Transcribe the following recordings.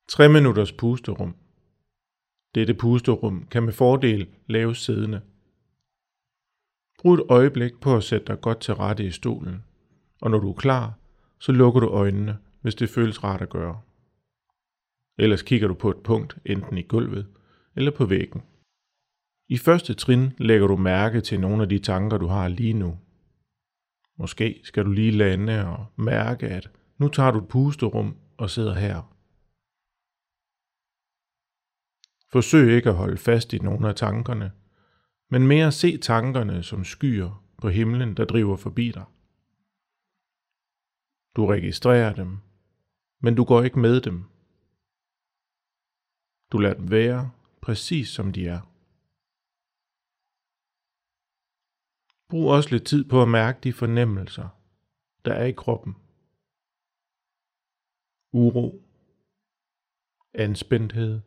3 minutters pusterum. Dette pusterum kan med fordel laves siddende. Brug et øjeblik på at sætte dig godt til rette i stolen, og når du er klar, så lukker du øjnene, hvis det føles rart at gøre. Ellers kigger du på et punkt, enten i gulvet eller på væggen. I første trin lægger du mærke til nogle af de tanker, du har lige nu. Måske skal du lige lande og mærke, at nu tager du et pusterum og sidder her. Forsøg ikke at holde fast i nogle af tankerne, men mere se tankerne som skyer på himlen, der driver forbi dig. Du registrerer dem, men du går ikke med dem. Du lader dem være præcis som de er. Brug også lidt tid på at mærke de fornemmelser, der er i kroppen. Uro, anspændthed,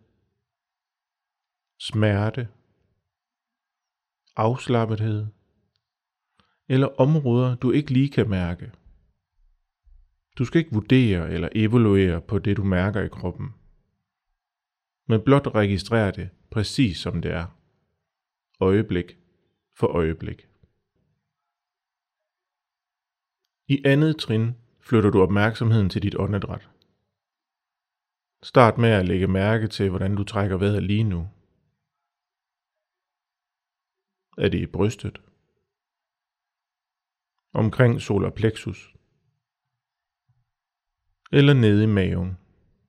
smerte, afslappethed eller områder, du ikke lige kan mærke. Du skal ikke vurdere eller evaluere på det, du mærker i kroppen, men blot registrere det præcis som det er, øjeblik for øjeblik. I andet trin flytter du opmærksomheden til dit åndedræt. Start med at lægge mærke til, hvordan du trækker vejret lige nu. Er det i brystet? Omkring solar plexus? Eller nede i maven?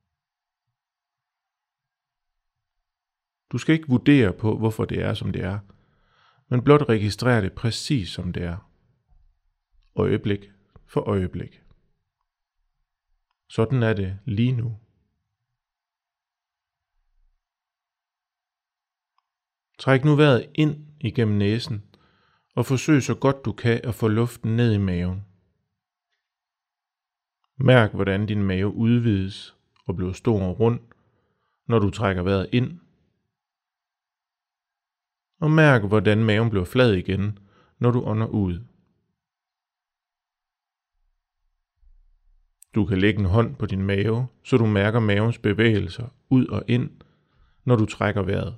Du skal ikke vurdere på, hvorfor det er, som det er, men blot registrere det præcis, som det er. Øjeblik for øjeblik. Sådan er det lige nu. Træk nu vejret ind igennem næsen, og forsøg så godt du kan at få luften ned i maven. Mærk, hvordan din mave udvides og bliver stor og rund, når du trækker vejret ind. Og mærk, hvordan maven bliver flad igen, når du ånder ud. Du kan lægge en hånd på din mave, så du mærker mavens bevægelser ud og ind, når du trækker vejret.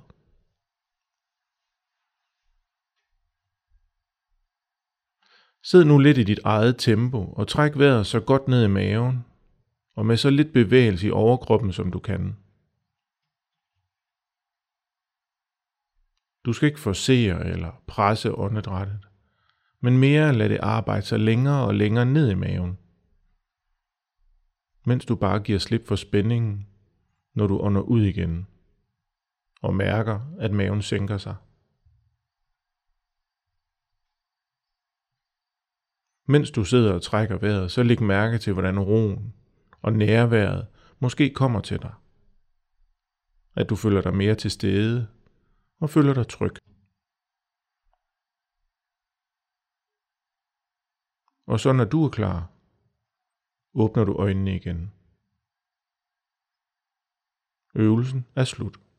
Sid nu lidt i dit eget tempo og træk vejret så godt ned i maven, og med så lidt bevægelse i overkroppen, som du kan. Du skal ikke forcere eller presse åndedrættet, men mere lade det arbejde sig længere og længere ned i maven, mens du bare giver slip for spændingen, når du ånder ud igen, og mærker, at maven sænker sig. Mens du sidder og trækker vejret, så læg mærke til, hvordan roen og nærværet måske kommer til dig. At du føler dig mere til stede og føler dig tryg. Og så når du er klar, åbner du øjnene igen. Øvelsen er slut.